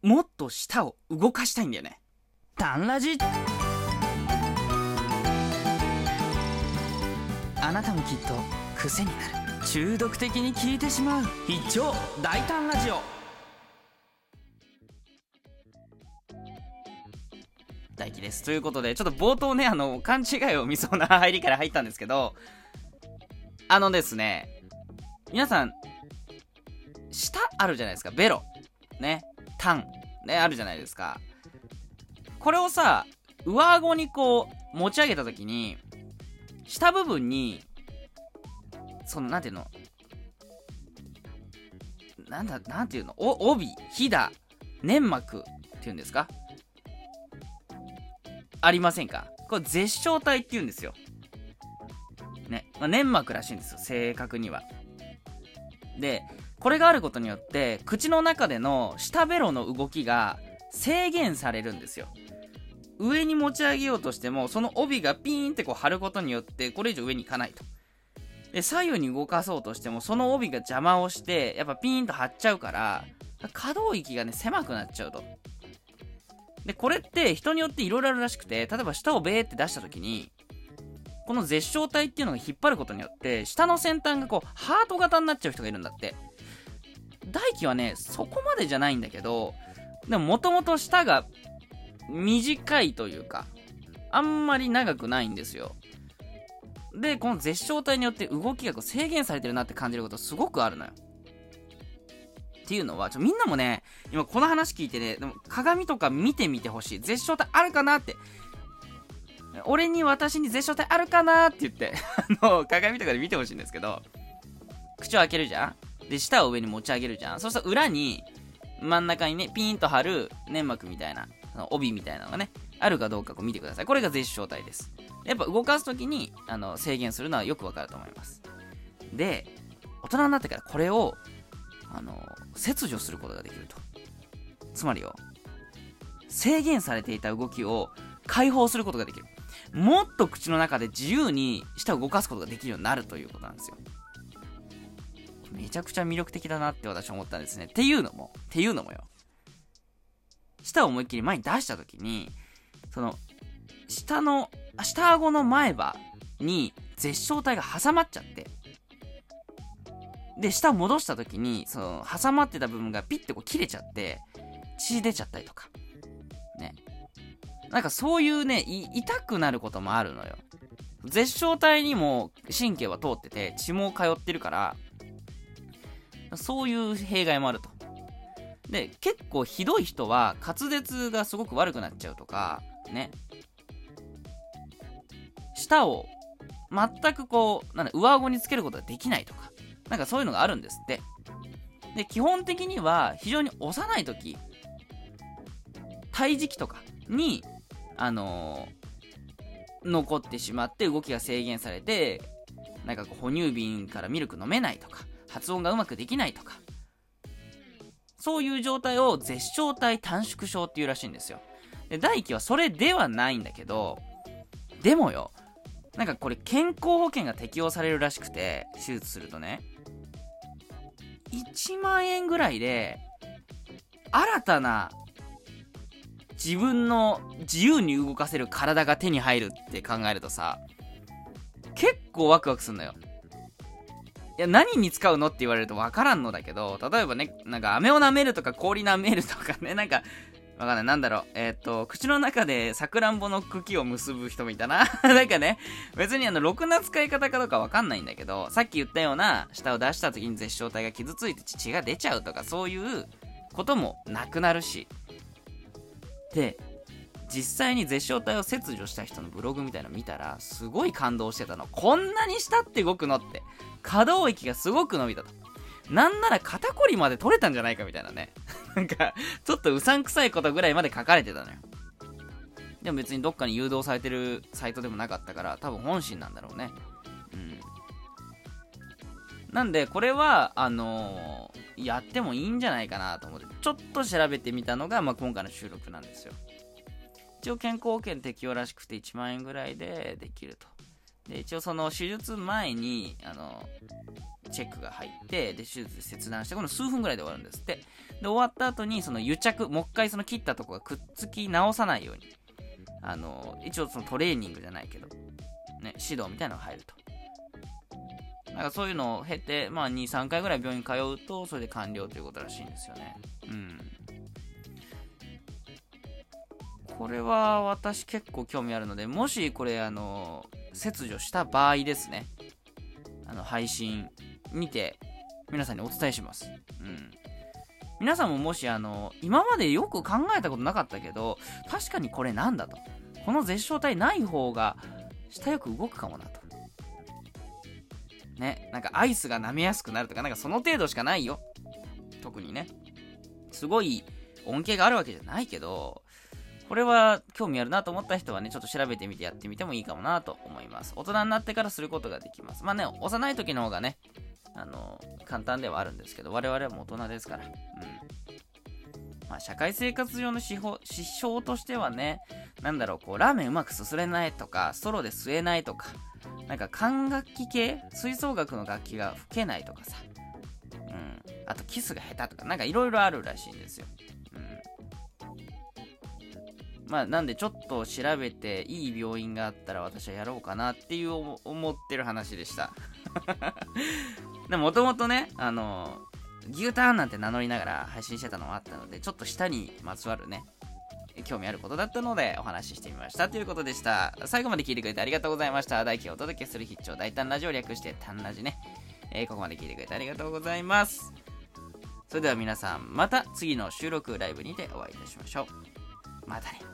もっと舌を動かしたいんだよね。タンラジ。あなたもきっと癖になる、中毒的に聞いてしまう必聴大胆ラジオ。大輝です。ということで、ちょっと冒頭ね、勘違いを見そうな入りから入ったんですけど、ですね、皆さん舌あるじゃないですか。ベロね、タンね、あるじゃないですか。これをさ、上顎にこう持ち上げた時に、下部分になんていうの、なんていうの、帯、ひだ、粘膜っていうんですか、ありませんか？これ舌小体っていうんですよね。粘膜らしいんですよ、正確には。で、これがあることによって口の中での下ベロの動きが制限されるんですよ。上に持ち上げようとしても、その帯がピーンってこう張ることによってこれ以上上に行かないと。で、左右に動かそうとしてもその帯が邪魔をして、やっぱピーンと張っちゃうから、可動域がね狭くなっちゃうと。で、これって人によっていろいろあるらしくて、例えば舌をベーって出した時に、この舌小体っていうのが引っ張ることによって下の先端がこうハート型になっちゃう人がいるんだって。大輝はねそこまでじゃないんだけど、でももともと舌が短いというか、あんまり長くないんですよ。で、この舌小体によって動きがこう制限されてるなって感じることすごくあるのよ。っていうのは、みんなもね、今この話聞いてね、でも鏡とか見てみてほしい。舌小体あるかなって。私に舌小体あるかなって言って鏡とかで見てほしいんですけど、口を開けるじゃん。で、舌を上に持ち上げるじゃん。そうしたら裏に、真ん中にね、ピーンと張る粘膜みたいな、帯みたいなのがね、あるかどうかこう見てください。これが舌小体です。やっぱ動かすときに制限するのはよくわかると思います。で、大人になってからこれを切除することができると。つまりよ、制限されていた動きを解放することができる。もっと口の中で自由に舌を動かすことができるようになるということなんですよ。めちゃくちゃ魅力的だなって私は思ったんですね。っていうのもよ、舌を思いっきり前に出したときに、下顎の前歯に舌小体が挟まっちゃって、で、舌を戻したときに、挟まってた部分がピッてこう切れちゃって、血出ちゃったりとか。ね。なんかそういうね、痛くなることもあるのよ。舌小体にも神経は通ってて、血も通ってるから、そういう弊害もあると。で、結構ひどい人は滑舌がすごく悪くなっちゃうとか、ね。舌を全くこう、上顎につけることができないとか、なんかそういうのがあるんですって。で、基本的には非常に幼い時、胎児期とかに、残ってしまって動きが制限されて、なんかこう哺乳瓶からミルク飲めないとか、発音がうまくできないとか、そういう状態を舌小体短縮症っていうらしいんですよ。で、大輝はそれではないんだけど、でもよ、なんかこれ健康保険が適用されるらしくて、手術するとね、1万円ぐらいで新たな自分の自由に動かせる体が手に入るって考えるとさ、結構ワクワクすんのよ。いや、何に使うのって言われると分からんのだけど、例えばね、なんか飴を舐めるとか氷舐めるとかね、なんかわかんない、なんだろう、口の中でさくらんぼの茎を結ぶ人もいたななんかね、別にろくな使い方かどうかわかんないんだけど、さっき言ったような舌を出した時に舌小体が傷ついて血が出ちゃうとか、そういうこともなくなるし。で、実際に舌小体を切除した人のブログみたいなの見たら、すごい感動してたの。こんなに舌って動くのって。可動域がすごく伸びたと。なんなら肩こりまで取れたんじゃないかみたいなねなんかちょっとうさんくさいことぐらいまで書かれてたのよ。でも別にどっかに誘導されてるサイトでもなかったから、多分本心なんだろうね。なんでこれはやってもいいんじゃないかなと思ってちょっと調べてみたのが、今回の収録なんですよ。一応健康保険適用らしくて1万円ぐらいでできると。 で一応その手術前にチェックが入って、で手術で切断して、この数分ぐらいで終わるんですって。で終わった後にその癒着、もう一回その切ったとこがくっつき直さないように一応そのトレーニングじゃないけどね、指導みたいなのが入ると。なんかそういうのを経て、まあ2、3回ぐらい病院通うとそれで完了ということらしいんですよね。これは私結構興味あるので、もしこれ切除した場合ですね、配信見て皆さんにお伝えします。皆さんももし今までよく考えたことなかったけど、確かにこれなんだと、この絶小体ない方が下よく動くかもなとね、なんかアイスが舐めやすくなるとか、なんかその程度しかないよ。特にね、すごい恩恵があるわけじゃないけど、これは興味あるなと思った人はね、ちょっと調べてみてやってみてもいいかもなと思います。大人になってからすることができます。まあね、幼い時の方がね、簡単ではあるんですけど、我々はもう大人ですから。まあ、社会生活上の指標としてはね、なんだろう、こうラーメンうまくすすれないとか、ストローで吸えないとか、なんか管楽器系、吹奏楽の楽器が吹けないとかさ、あとキスが下手とか、なんかいろいろあるらしいんですよ。まあなんでちょっと調べていい病院があったら私はやろうかなっていう思ってる話でした。でもともとね、牛タンなんて名乗りながら配信してたのもあったので、ちょっと舌にまつわるね、興味あることだったのでお話ししてみましたということでした。最後まで聞いてくれてありがとうございました。大輝をお届けする必聴大胆ラジオ、略してタンラジね。ここまで聞いてくれてありがとうございます。それでは皆さん、また次の収録ライブにてお会いいたしましょう。またね。